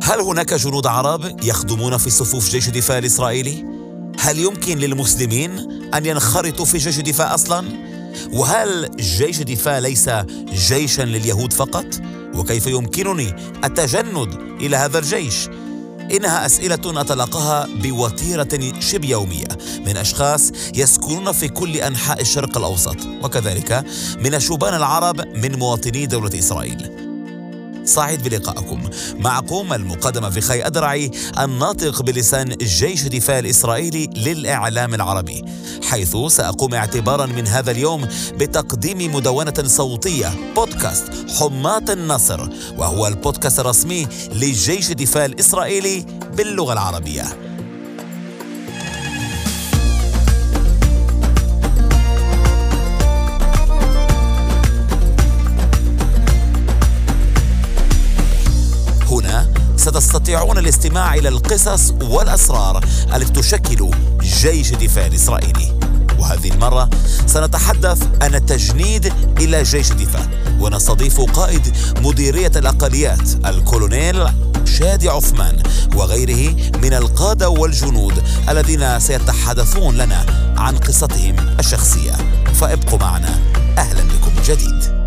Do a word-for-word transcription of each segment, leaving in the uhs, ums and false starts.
هل هناك جنود عرب يخدمون في صفوف جيش الدفاع الإسرائيلي؟ هل يمكن للمسلمين أن ينخرطوا في جيش الدفاع أصلاً؟ وهل جيش الدفاع ليس جيشاً لليهود فقط؟ وكيف يمكنني التجند إلى هذا الجيش؟ إنها أسئلة أتلقاها بوتيرة شبه يومية من أشخاص يسكنون في كل أنحاء الشرق الأوسط، وكذلك من الشبان العرب من مواطني دولة إسرائيل. سعيد بلقائكم. معكم المقدم في خي أدرعي، الناطق بلسان جيش الدفاع الإسرائيلي للإعلام العربي، حيث سأقوم اعتبارا من هذا اليوم بتقديم مدونة صوتية بودكاست حماة النصر، وهو البودكاست الرسمي لجيش الدفاع الإسرائيلي باللغة العربية. هنا ستستطيعون الاستماع إلى القصص والأسرار التي تشكل جيش الدفاع الإسرائيلي. وهذه المرة سنتحدث عن التجنيد إلى جيش الدفاع، ونستضيف قائد مديرية الأقليات الكولونيل شادي عثمان وغيره من القادة والجنود الذين سيتحدثون لنا عن قصتهم الشخصية. فابقوا معنا، أهلا بكم من جديد.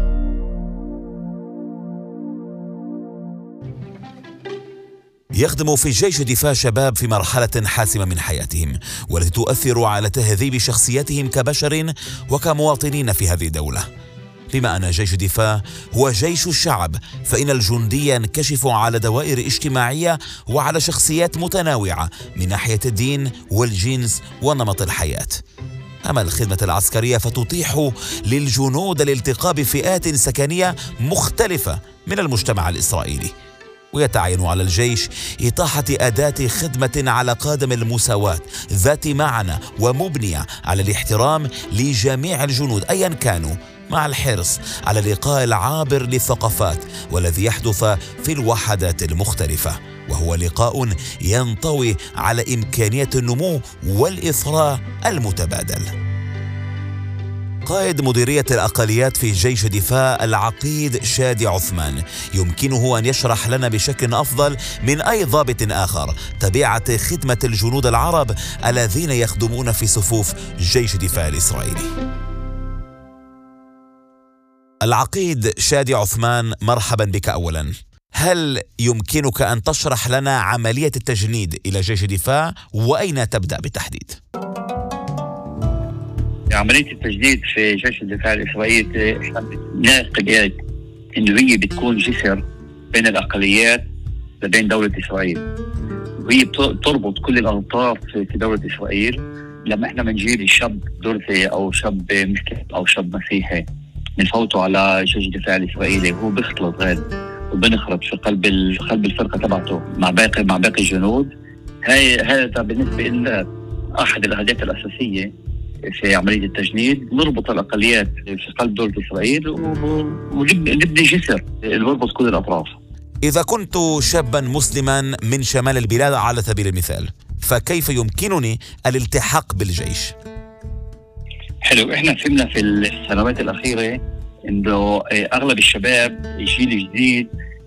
يخدم في جيش الدفاع شباب في مرحلة حاسمة من حياتهم، والتي تؤثر على تهذيب شخصيتهم كبشر وكمواطنين في هذه الدولة. بما أن جيش الدفاع هو جيش الشعب، فإن الجندي ينكشف على دوائر اجتماعية وعلى شخصيات متنوعة من ناحية الدين والجنس ونمط الحياة. أما الخدمة العسكرية فتتيح للجنود الالتقاء بفئات سكنية مختلفة من المجتمع الإسرائيلي، ويتعين على الجيش إتاحة أداة خدمة على قدم المساواة ذات معنى ومبنية على الاحترام لجميع الجنود أيا كانوا، مع الحرص على اللقاء العابر للثقافات والذي يحدث في الوحدات المختلفة، وهو لقاء ينطوي على إمكانية النمو والإثراء المتبادل. قائد مديرية الأقليات في جيش الدفاع العقيد شادي عثمان يمكنه أن يشرح لنا بشكل أفضل من أي ضابط آخر طبيعة خدمة الجنود العرب الذين يخدمون في صفوف جيش الدفاع الإسرائيلي. العقيد شادي عثمان، مرحبا بك. أولا، هل يمكنك أن تشرح لنا عملية التجنيد إلى جيش الدفاع وأين تبدأ بالتحديد؟ عملية التجنيد في جيش الدفاع الإسرائيلي احنا بنعتقد إنه هي بتكون جسر بين الأقليات لبين دولة إسرائيل، وهي بتربط كل الأطراف في دولة إسرائيل. لما احنا بنجيب شاب درزي أو شاب مسلم أو شاب مسيحي بنفوته على جيش الدفاع الإسرائيلي، هو بيختلط غير وبنخرط في قلب قلب الفرقة تبعته مع باقي مع باقي الجنود. هاي هذا بالنسبة لنا أحد الأهداف الأساسية في عملية التجنيد، نربط الأقليات في قلب دولة إسرائيل ونبني جسر نربط كل الأطراف. إذا كنت شابا مسلما من شمال البلاد على سبيل المثال، فكيف يمكنني الالتحاق بالجيش؟ حلو، احنا فهمنا في السنوات الأخيرة إنه أغلب الشباب الجيل الجديد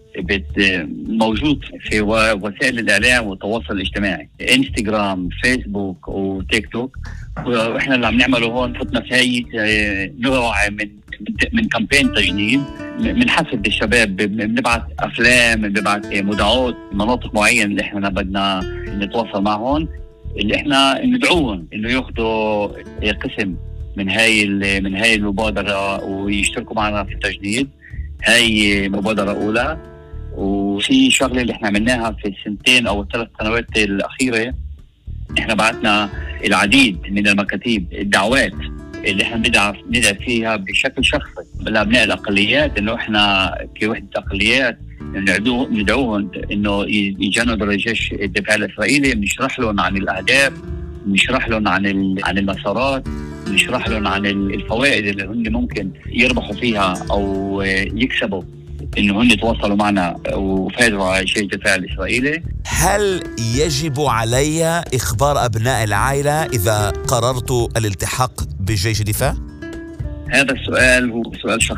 موجود في وسائل الإعلام والتواصل الاجتماعي، انستغرام، فيسبوك وتيك توك. واحنا اللي عم نعمله هون فتنا في هي نوع من من كامبين تجنيد، بنحفز الشباب، بنبعث افلام، بنبعث مدعوات مناطق معينه اللي احنا بدنا نتواصل معهم، اللي احنا ندعوهم انه ياخذوا قسم من هاي من هاي المبادره ويشتركوا معنا في التجنيد. هاي مبادره اولى. وفي شغله اللي احنا عملناها في السنتين او الثلاث سنوات الاخيره، احنا بعثنا العديد من المكاتيب الدعوات اللي احنا ندعى ندعى فيها بشكل شخصي لابناء الاقليات، انه احنا كوحده اقليات ندعوهم انه يجندوا لجيش الدفاع الاسرائيلي، بنشرح لهم عن الاهداف، بنشرح لهم عن عن المسارات، بنشرح لهم عن الفوائد اللي هم ممكن يربحوا فيها او يكسبوا انه هم يتواصلوا معنا وفازوا على جيش الدفاع الاسرائيلي. هل يجب علي اخبار ابناء العائله اذا قررت الالتحاق بجيش الدفاع؟ هذا السؤال هو سؤال شخصي،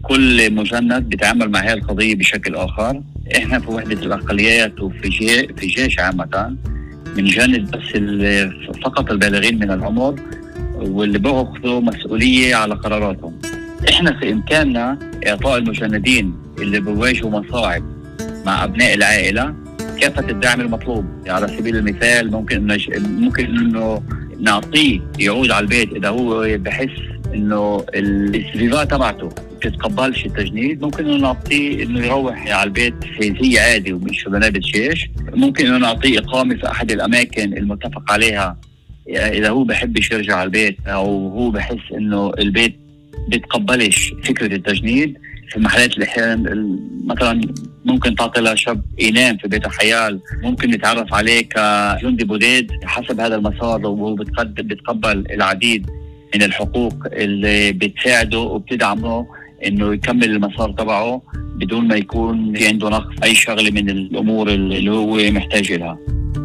كل مجند بيتعامل مع هذه القضية بشكل آخر. إحنا في وحدة الأقليات وفي جي في جيش عامة بنجند بس فقط البالغين من العمر واللي بأخذوا مسؤولية على قراراتهم. إحنا في إمكاننا إعطاء المجندين اللي بيواجهوا مصاعب مع أبناء العائلة كافة الدعم المطلوب. على سبيل المثال ممكن إنه ممكن إنه نعطيه يعود على البيت إذا هو بحس إنه السريرات تبعته بتتقبلش التجنيد، ممكن إنه نعطيه إنه يروح على البيت في زي عادي ومش بنابة جيش. ممكن إنه نعطيه إقامة في أحد الأماكن المتفق عليها إذا هو بحبش يرجع على البيت أو هو بحس إنه البيت بتقبلش فكرة التجنيد. في محلات الأحيان مثلا ممكن تعطي لشاب ينام في بيت الحيال، ممكن يتعرف عليه كجندي بوديد حسب هذا المسار، وهو بتقبل العديد من الحقوق اللي بتساعده وبتدعمه انه يكمل المسار تبعه بدون ما يكون في عنده نقص اي شغله من الامور اللي هو محتاج لها.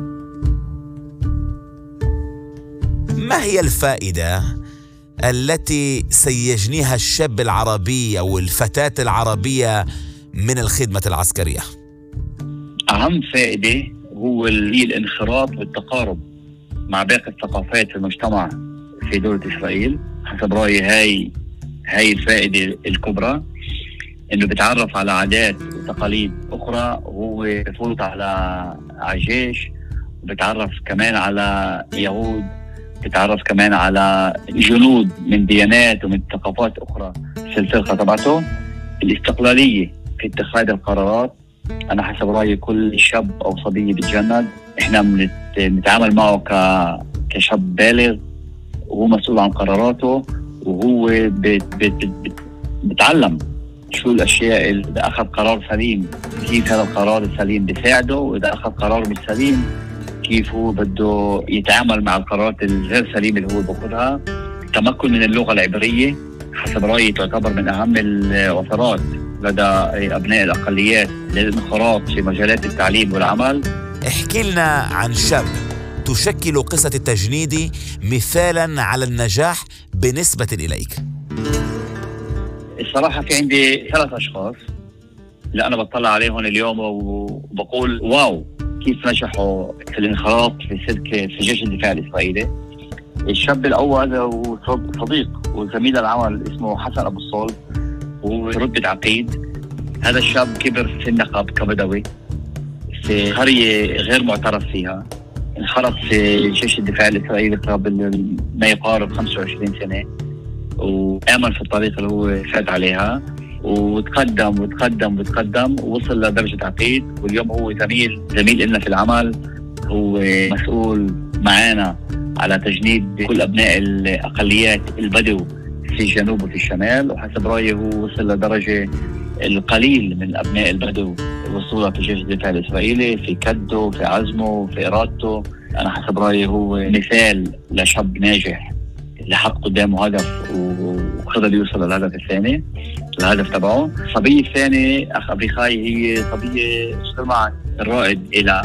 ما هي الفائدة التي سيجنيها الشاب العربي أو الفتاة العربية من الخدمة العسكرية؟ أهم فائدة هو الانخراط والتقارب مع باقي الثقافات في المجتمع في دولة إسرائيل. حسب رأيي هاي هاي الفائدة الكبرى، إنه بتعرف على عادات وتقاليد أخرى، وهو بفوت على على الجيش، وبتعرف كمان على يهود، بتعرف كمان على جنود من ديانات ومن ثقافات أخرى في الفرقة تبعته. الاستقلالية في اتخاذ القرارات، أنا حسب رأيي كل شاب أو صبية بتجند إحنا بنتعامل معه ك... كشاب بالغ وهو مسؤول عن قراراته، وهو بت... بت... بت... بتعلم شو الأشياء اللي إذا أخذ قرار سليم كيف هذا القرار السليم بيساعده، وإذا أخذ قرار مش سليم كيف هو بده يتعامل مع القرارات الغير سليمة اللي هو بأخذها. التمكن من اللغة العبرية حسب رأيي تعتبر من أهم الوثائق لدى أبناء الأقليات للانخراط في مجالات التعليم والعمل. احكي لنا عن شاب تشكل قصة التجنيد مثالا على النجاح بالنسبة إليك. الصراحة في عندي ثلاث أشخاص اللي أنا بطلع عليهم اليوم وبقول واو كيف نجحوا في الانخراط في سلك في جيش الدفاع الإسرائيلي. الشاب الأول هو صديق وزميل العمل اسمه حسن أبو الصول، وهو رتبة عقيد. هذا الشاب كبر في النقب كبدوي في قرية غير معترف فيها، انخرط في جيش الدفاع الإسرائيلي قبل ما يقارب خمسة وعشرين سنة، وآمن في الطريق اللي هو فات عليها، وتقدم وتقدم وتقدم ووصل لدرجة عقيد. واليوم هو زميل زميل لنا في العمل، هو مسؤول معانا على تجنيد كل أبناء الأقليات البدو في الجنوب وفي الشمال. وحسب رأيي هو وصل لدرجة القليل من أبناء البدو وصوله في جيش الدفاع الإسرائيلي في كده في عزمه في إرادته. أنا حسب رأيي هو مثال لشاب ناجح اللي حط قدامه هدف وقدر يوصل للهدف الثاني الهدف تبعه. الصبية الثانية أخ أبريخاي هي صبية اشتغل الرائد إلى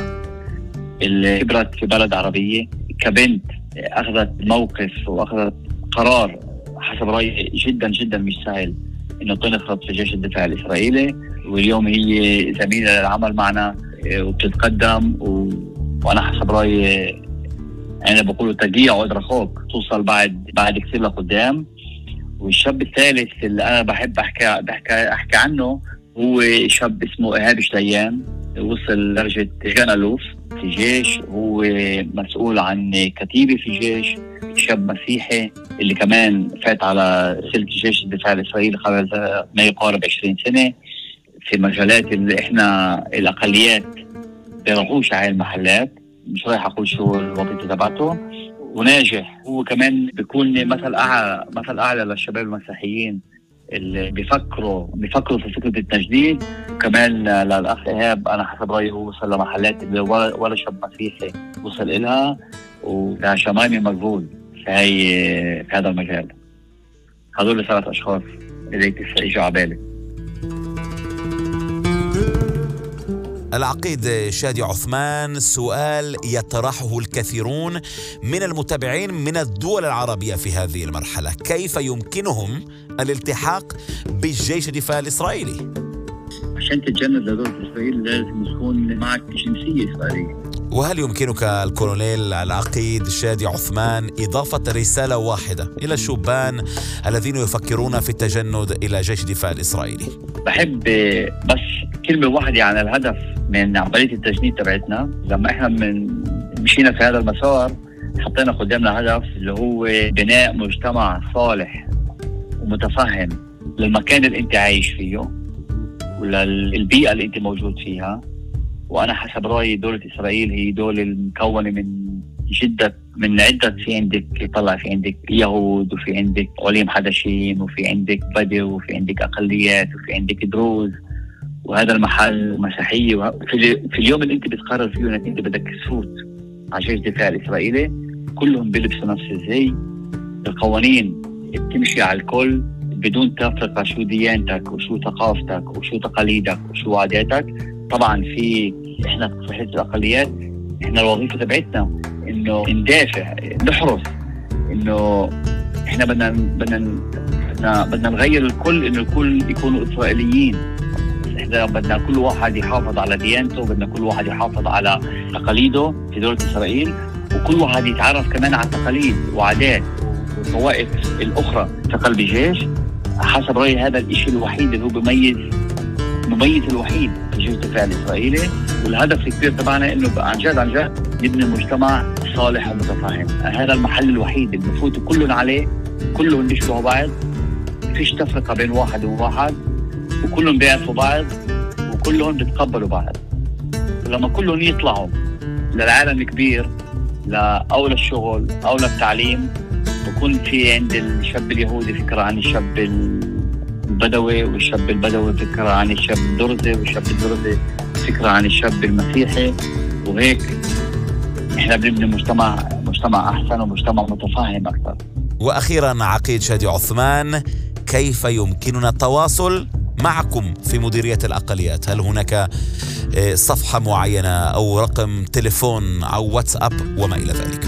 اللي كبرت في بلد عربية كبنت، أخذت موقف وأخذت قرار حسب رأيي جدا جدا مش سهل إنه تنخرط في جيش الدفاع الإسرائيلي، واليوم هي زميلة للعمل معنا وبتتقدم و... وأنا حسب رأيي أنا بقول تجيع عذر أخوك توصل بعد بعد كثير لقدام. والشاب الثالث اللي أنا بحب أحكي بحكي أحكي عنه هو شاب اسمه إيهاب شليان، وصل درجة جنرال في جيش، هو مسؤول عن كتيبة في جيش، شاب مسيحي اللي كمان فات على سلك جيش الدفاع الإسرائيلي قبل ما يقارب عشرين سنة في مجالات اللي إحنا الأقليات بيروحوش على المحلات. مش رايح أقول شو الوظيفة تبعته، وناجح. هو كمان بيكون مثل أعلى مثل أعلى للشباب المسيحيين اللي بيفكروا بيفكروا في فكرة التجديد. وكمان للأخ إيهاب أنا حسب رأيي هو وصل لمحلات اللي ولا شاب مسيحي وصل إلها، وده شمامي مقبول في هاي في هذا المجال. هذول ثلاث أشخاص اللي اجوا على بالي. العقيد شادي عثمان، سؤال يطرحه الكثيرون من المتابعين من الدول العربية في هذه المرحلة: كيف يمكنهم الالتحاق بالجيش الدفاع الإسرائيلي؟ عشان تتجند لدولة إسرائيل لازم يكون معك جنسية إسرائيلية. وهل يمكنك الكولونيل العقيد شادي عثمان إضافة رسالة واحدة إلى الشبان الذين يفكرون في التجند إلى جيش الدفاع الإسرائيلي؟ بحب بس كلمة واحدة عن الهدف من عملية التجنيد تبعتنا. لما احنا من مشينا في هذا المسار حطينا قدامنا هدف اللي هو بناء مجتمع صالح ومتفهم للمكان اللي انت عايش فيه وللبيئة اللي انت موجود فيها. وانا حسب رايي دولة اسرائيل هي دولة مكونة من جدة من عدة، في عندك طلع في عندك يهود وفي عندك عليم حدشين وفي عندك بدو وفي عندك اقليات وفي عندك دروز، وهذا المحل مسيحية. في, في اليوم اللي انت بتقرر فيه انك انت بدك تفوت على جيش الدفاع الاسرائيلي كلهم بيلبسوا نفس الزي، القوانين بتمشي على الكل بدون تفرقة شو ديانتك وشو ثقافتك وشو تقاليدك وشو عاداتك. طبعا في احنا في حزب الاقليات احنا الوظيفه تبعتنا انه ندافع نحرس انه احنا بدنا بدنا بدنا بدنا نغير الكل، انه الكل يكونوا اسرائيليين. احنا بدنا كل واحد يحافظ على ديانته، بدنا كل واحد يحافظ على تقاليده في دوله اسرائيل، وكل واحد يتعرف كمان على التقاليد وعادات والطوائف الاخرى في قلب الجيش. حسب رايي هذا الشيء الوحيد اللي هو بيميز المميز الوحيد في جيش الدفاع الاسرائيلي. والهدف الكبير تبعنا انه عن جد عن جد نبني مجتمع صالح ومتفاهم. هذا المحل الوحيد اللي بفوتوا كلهم عليه، كلهم بيشبهوا بعض، فيش تفرقه بين واحد وواحد، وكلهم بيعرفوا بعض وكلهم بيتقبلوا بعض. ولما كلهم يطلعوا للعالم الكبير او للشغل او للتعليم بكون في عند الشاب اليهودي فكره عن الشاب البدوي، والشاب البدوي فكرة عن الشاب الدرزي، والشاب الدرزي فكرة عن الشاب المسيحي، وهيك احنا بنبني مجتمع مجتمع أحسن ومجتمع متفاهم أكثر. وأخيرا عقيد شادي عثمان، كيف يمكننا التواصل معكم في مديرية الأقليات؟ هل هناك صفحة معينة أو رقم تليفون أو واتساب وما إلى ذلك؟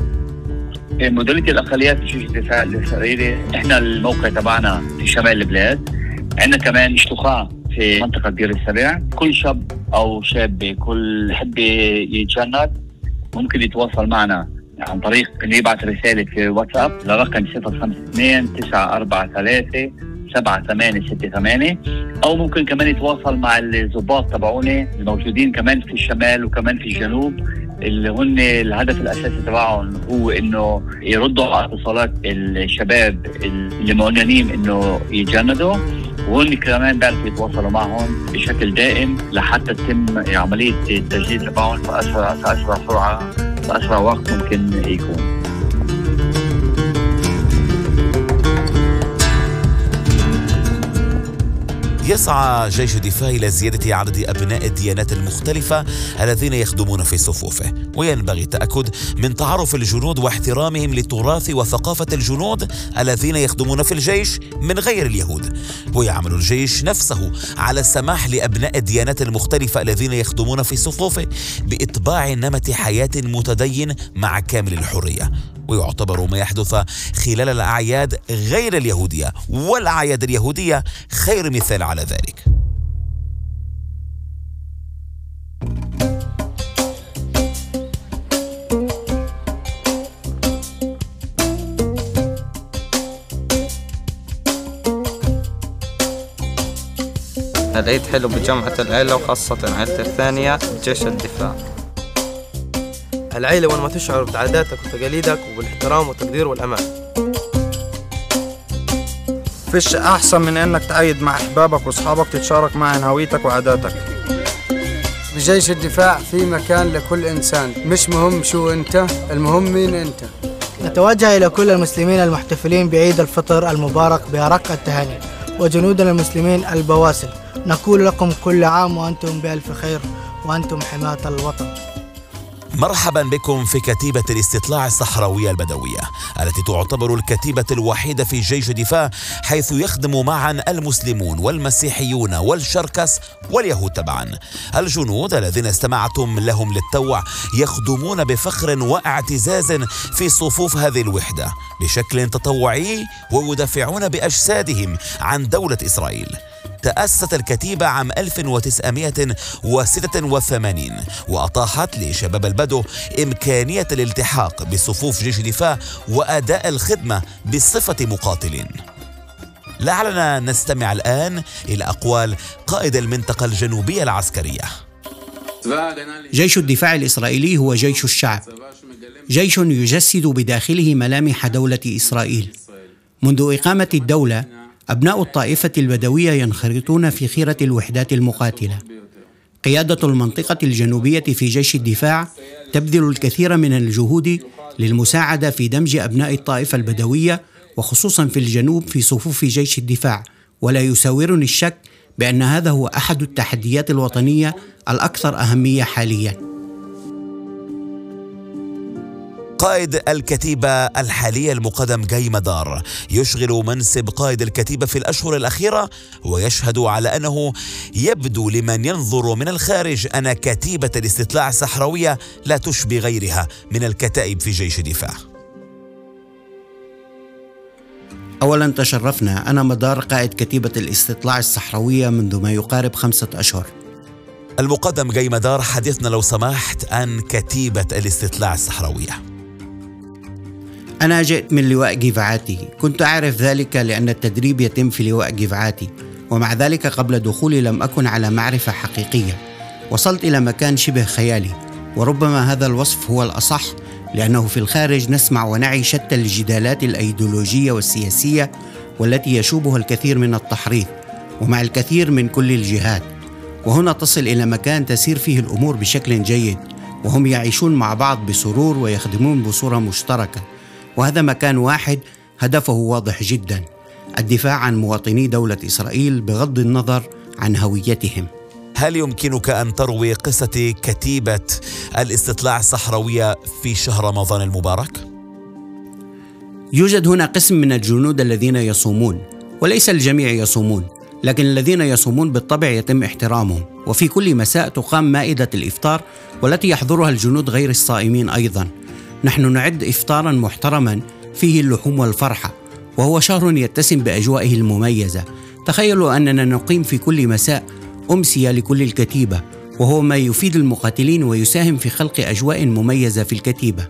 مديرية الأقليات في جيش الدفاع الإسرائيلي احنا الموقع تبعنا في شمال البلاد، عندنا كمان اشتخاء في منطقة دير السبع. كل شاب أو شاب كل حب يتجند ممكن يتواصل معنا عن طريق انه يبعث رسالة في واتساب لرقم صفر خمسة اثنين تسعة أربعة ثلاثة سبعة ثمانية ستة ثمانية، أو ممكن كمان يتواصل مع الضباط تبعوني الموجودين كمان في الشمال وكمان في الجنوب، اللي هن الهدف الأساسي تبعهم هو إنه يردوا على اتصالات الشباب اللي معلنين إنه يتجندوا، وهن كمان بيعرفوا يتواصلوا معهم بشكل دائم لحتى تتم عملية التجديد تبعهم في أسرع في أسرع سرعة في أسرع وقت ممكن يكون. يسعى جيش الدفاع إلى زيادة عدد أبناء الديانات المختلفة الذين يخدمون في صفوفه، وينبغي التأكد من تعارف الجنود واحترامهم لتراث وثقافة الجنود الذين يخدمون في الجيش من غير اليهود. ويعمل الجيش نفسه على السماح لأبناء الديانات المختلفة الذين يخدمون في صفوفه بإتباع نمط حياة متدين مع كامل الحرية. ويعتبر ما يحدث خلال الأعياد غير اليهودية والأعياد اليهودية خير مثال على ذلك. العيد حلو بجمعة العيلة وخاصة عيلة الثانية جيش الدفاع. العيلة وين ما تشعر بعاداتك وتقاليدك وبالاحترام والتقدير والأمان. فيش أحسن من إنك تعيد مع أحبابك وأصحابك تتشارك معهم هويتك وعاداتك. بجيش الدفاع في مكان لكل إنسان، مش مهم شو أنت، المهم مين أنت. نتوجه إلى كل المسلمين المحتفلين بعيد الفطر المبارك بأرق التهاني، وجنودنا المسلمين البواسل، نقول لكم كل عام وأنتم بألف خير وأنتم حماة الوطن. مرحبا بكم في كتيبة الاستطلاع الصحراوية البدوية التي تعتبر الكتيبة الوحيدة في جيش الدفاع، حيث يخدم معا المسلمون والمسيحيون والشركس واليهود تبعا. الجنود الذين استمعتم لهم للتو يخدمون بفخر واعتزاز في صفوف هذه الوحدة بشكل تطوعي ويدافعون بأجسادهم عن دولة إسرائيل. تأسست الكتيبة عام ألف وتسعمائة وستة وثمانين وأتاحت لشباب البدو إمكانية الالتحاق بصفوف جيش الدفاع وأداء الخدمة بصفة مقاتلين. لعلنا نستمع الآن إلى أقوال قائد المنطقة الجنوبية العسكرية. جيش الدفاع الإسرائيلي هو جيش الشعب، جيش يجسد بداخله ملامح دولة إسرائيل. منذ إقامة الدولة أبناء الطائفة البدوية ينخرطون في خيرة الوحدات المقاتلة. قيادة المنطقة الجنوبية في جيش الدفاع تبذل الكثير من الجهود للمساعدة في دمج أبناء الطائفة البدوية وخصوصا في الجنوب في صفوف جيش الدفاع، ولا يساورني الشك بأن هذا هو أحد التحديات الوطنية الأكثر أهمية حاليا. قائد الكتيبة الحالية المقدم جاي مدار يشغل منصب قائد الكتيبة في الأشهر الأخيرة، ويشهد على أنه يبدو لمن ينظر من الخارج أن كتيبة الاستطلاع الصحراوية لا تشبه غيرها من الكتائب في جيش الدفاع. أولا تشرفنا، أنا مدار قائد كتيبة الاستطلاع الصحراوية منذ ما يقارب خمسة أشهر. المقدم جاي مدار، حدثنا لو سمحت عن كتيبة الاستطلاع الصحراوية. أنا جئت من لواء جيفعاتي، كنت أعرف ذلك لأن التدريب يتم في لواء جيفعاتي، ومع ذلك قبل دخولي لم أكن على معرفة حقيقية. وصلت إلى مكان شبه خيالي، وربما هذا الوصف هو الأصح، لأنه في الخارج نسمع ونعي شتى الجدالات الأيديولوجية والسياسية والتي يشوبها الكثير من التحريض ومع الكثير من كل الجهات، وهنا تصل إلى مكان تسير فيه الأمور بشكل جيد، وهم يعيشون مع بعض بسرور ويخدمون بصورة مشتركة، وهذا مكان واحد هدفه واضح جدا: الدفاع عن مواطني دولة إسرائيل بغض النظر عن هويتهم. هل يمكنك أن تروي قصة كتيبة الاستطلاع الصحراوية في شهر رمضان المبارك؟ يوجد هنا قسم من الجنود الذين يصومون، وليس الجميع يصومون، لكن الذين يصومون بالطبع يتم احترامهم، وفي كل مساء تقام مائدة الإفطار والتي يحضرها الجنود غير الصائمين أيضا. نحن نعد إفطارا محترما فيه اللحوم والفرحة، وهو شهر يتسم بأجوائه المميزة. تخيلوا أننا نقيم في كل مساء أمسية لكل الكتيبة، وهو ما يفيد المقاتلين ويساهم في خلق أجواء مميزة في الكتيبة.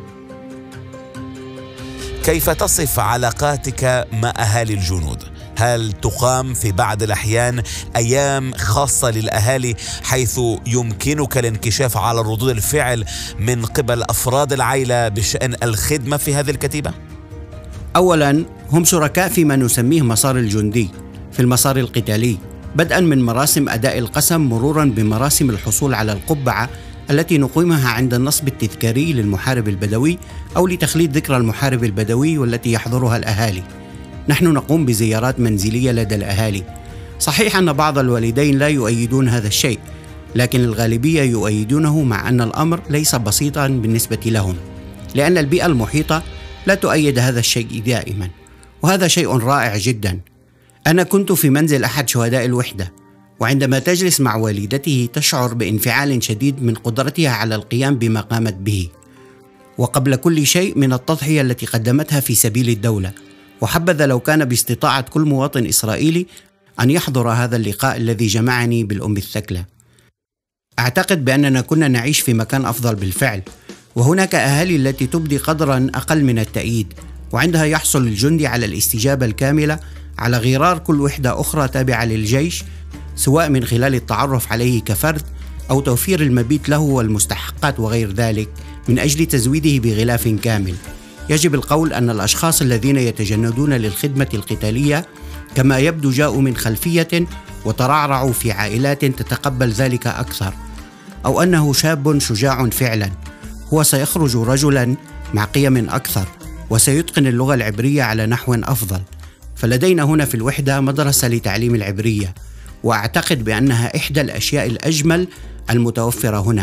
كيف تصف علاقاتك مع أهالي الجنود؟ هل تقام في بعض الأحيان أيام خاصة للأهالي حيث يمكنك الانكشاف على ردود الفعل من قبل أفراد العائلة بشأن الخدمة في هذه الكتيبة؟ أولا، هم شركاء فيما نسميه مسار الجندي في المسار القتالي، بدءا من مراسم أداء القسم مرورا بمراسم الحصول على القبعة التي نقيمها عند النصب التذكاري للمحارب البدوي أو لتخليد ذكرى المحارب البدوي والتي يحضرها الأهالي. نحن نقوم بزيارات منزلية لدى الأهالي. صحيح أن بعض الوالدين لا يؤيدون هذا الشيء، لكن الغالبية يؤيدونه، مع أن الأمر ليس بسيطا بالنسبة لهم، لأن البيئة المحيطة لا تؤيد هذا الشيء دائما، وهذا شيء رائع جدا. أنا كنت في منزل أحد شهداء الوحدة، وعندما تجلس مع والدته تشعر بانفعال شديد من قدرتها على القيام بما قامت به، وقبل كل شيء من التضحية التي قدمتها في سبيل الدولة. وحبذا لو كان باستطاعة كل مواطن إسرائيلي أن يحضر هذا اللقاء الذي جمعني بالأم الثكلى. أعتقد بأننا كنا نعيش في مكان أفضل بالفعل، وهناك أهالي التي تبدي قدرا أقل من التأييد، وعندها يحصل الجندي على الاستجابة الكاملة على غرار كل وحدة أخرى تابعة للجيش، سواء من خلال التعرف عليه كفرد أو توفير المبيت له والمستحقات وغير ذلك من أجل تزويده بغلاف كامل. يجب القول أن الأشخاص الذين يتجندون للخدمة القتالية كما يبدو جاءوا من خلفية وترعرعوا في عائلات تتقبل ذلك أكثر، أو أنه شاب شجاع فعلا، هو سيخرج رجلا مع قيم أكثر وسيتقن اللغة العبرية على نحو أفضل. فلدينا هنا في الوحدة مدرسة لتعليم العبرية، وأعتقد بأنها إحدى الأشياء الأجمل المتوفرة هنا،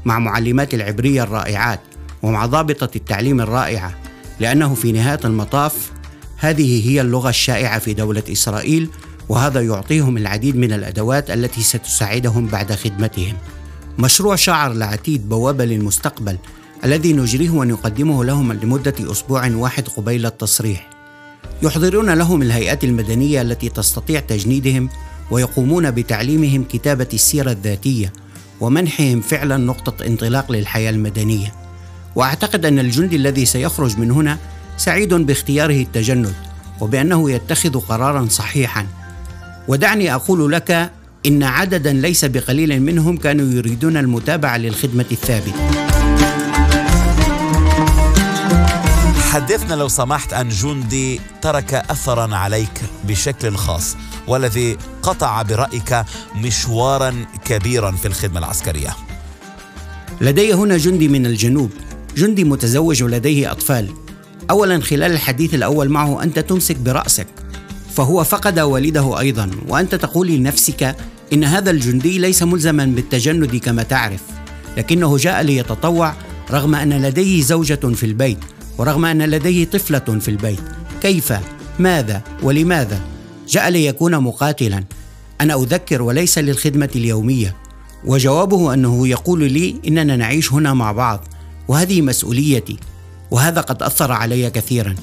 مع معلمات العبرية الرائعات ومع ضابطة التعليم الرائعة، لأنه في نهاية المطاف هذه هي اللغة الشائعة في دولة إسرائيل، وهذا يعطيهم العديد من الأدوات التي ستساعدهم بعد خدمتهم. مشروع شعر العتيد بوابة للمستقبل الذي نجريه ونقدمه لهم لمدة أسبوع واحد قبيل التصريح، يحضرون لهم الهيئات المدنية التي تستطيع تجنيدهم ويقومون بتعليمهم كتابة السيرة الذاتية ومنحهم فعلا نقطة انطلاق للحياة المدنية. وأعتقد أن الجندي الذي سيخرج من هنا سعيد باختياره التجند وبأنه يتخذ قرارا صحيحا. ودعني أقول لك إن عددا ليس بقليل منهم كانوا يريدون المتابعة للخدمة الثابتة. حدثنا لو سمحت عن جندي ترك أثرا عليك بشكل خاص والذي قطع برأيك مشوارا كبيرا في الخدمة العسكرية. لدي هنا جندي من الجنوب، جندي متزوج ولديه أطفال. أولا خلال الحديث الأول معه أنت تمسك برأسك، فهو فقد والده أيضا، وأنت تقول لنفسك إن هذا الجندي ليس ملزما بالتجند كما تعرف، لكنه جاء ليتطوع رغم أن لديه زوجة في البيت ورغم أن لديه طفلة في البيت. كيف؟ ماذا؟ ولماذا؟ جاء ليكون مقاتلا. أنا أذكر وليس للخدمة اليومية. وجوابه أنه يقول لي إننا نعيش هنا مع بعض وهذه مسؤوليتي، وهذا قد أثر علي كثيرا.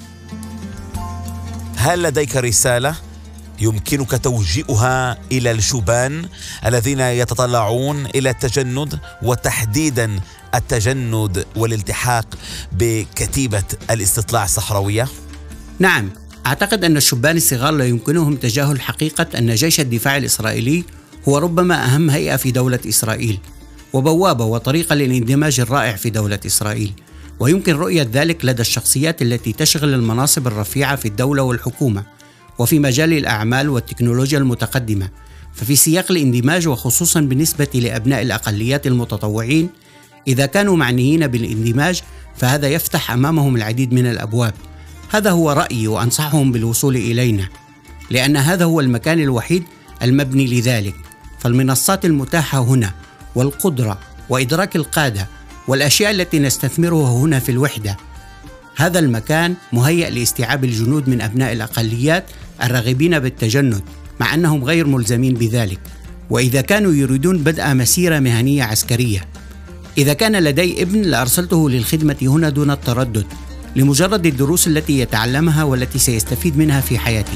هل لديك رسالة يمكنك توجيهها إلى الشبان الذين يتطلعون إلى التجند وتحديدا التجند والالتحاق بكتيبة الاستطلاع الصحراوية؟ نعم، أعتقد أن الشبان الصغار لا يمكنهم تجاهل حقيقة أن جيش الدفاع الإسرائيلي هو ربما أهم هيئة في دولة إسرائيل، وبوابة وطريقة للاندماج الرائع في دولة إسرائيل، ويمكن رؤية ذلك لدى الشخصيات التي تشغل المناصب الرفيعة في الدولة والحكومة وفي مجال الأعمال والتكنولوجيا المتقدمة. ففي سياق الاندماج وخصوصا بالنسبة لأبناء الأقليات المتطوعين، إذا كانوا معنيين بالاندماج فهذا يفتح أمامهم العديد من الأبواب. هذا هو رأيي وأنصحهم بالوصول إلينا، لأن هذا هو المكان الوحيد المبني لذلك. فالمنصات المتاحة هنا والقدرة وإدراك القادة والأشياء التي نستثمرها هنا في الوحدة، هذا المكان مهيأ لاستيعاب الجنود من أبناء الأقليات الراغبين بالتجند مع أنهم غير ملزمين بذلك، وإذا كانوا يريدون بدء مسيرة مهنية عسكرية. إذا كان لدي ابن لأرسلته للخدمة هنا دون التردد لمجرد الدروس التي يتعلمها والتي سيستفيد منها في حياته.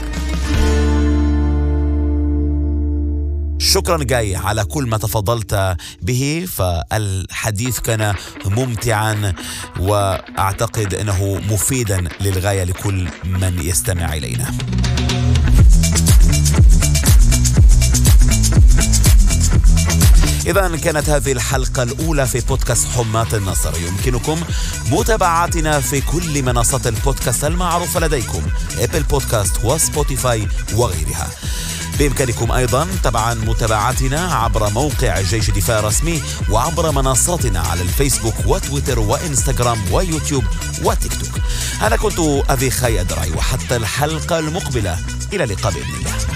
شكرا جاي على كل ما تفضلت به، فالحديث كان ممتعا وأعتقد أنه مفيدا للغاية لكل من يستمع إلينا. إذا كانت هذه الحلقة الأولى في بودكاست حماة النصر. يمكنكم متابعتنا في كل منصات البودكاست المعروفة لديكم، أبل بودكاست وسبوتيفاي وغيرها. بإمكانكم أيضا طبعا متابعتنا عبر موقع جيش دفاع رسمي وعبر منصاتنا على الفيسبوك وتويتر وإنستغرام ويوتيوب وتيك توك. أنا كنت أبي خي أدرعي، وحتى الحلقة المقبلة إلى اللقاء بإذن الله.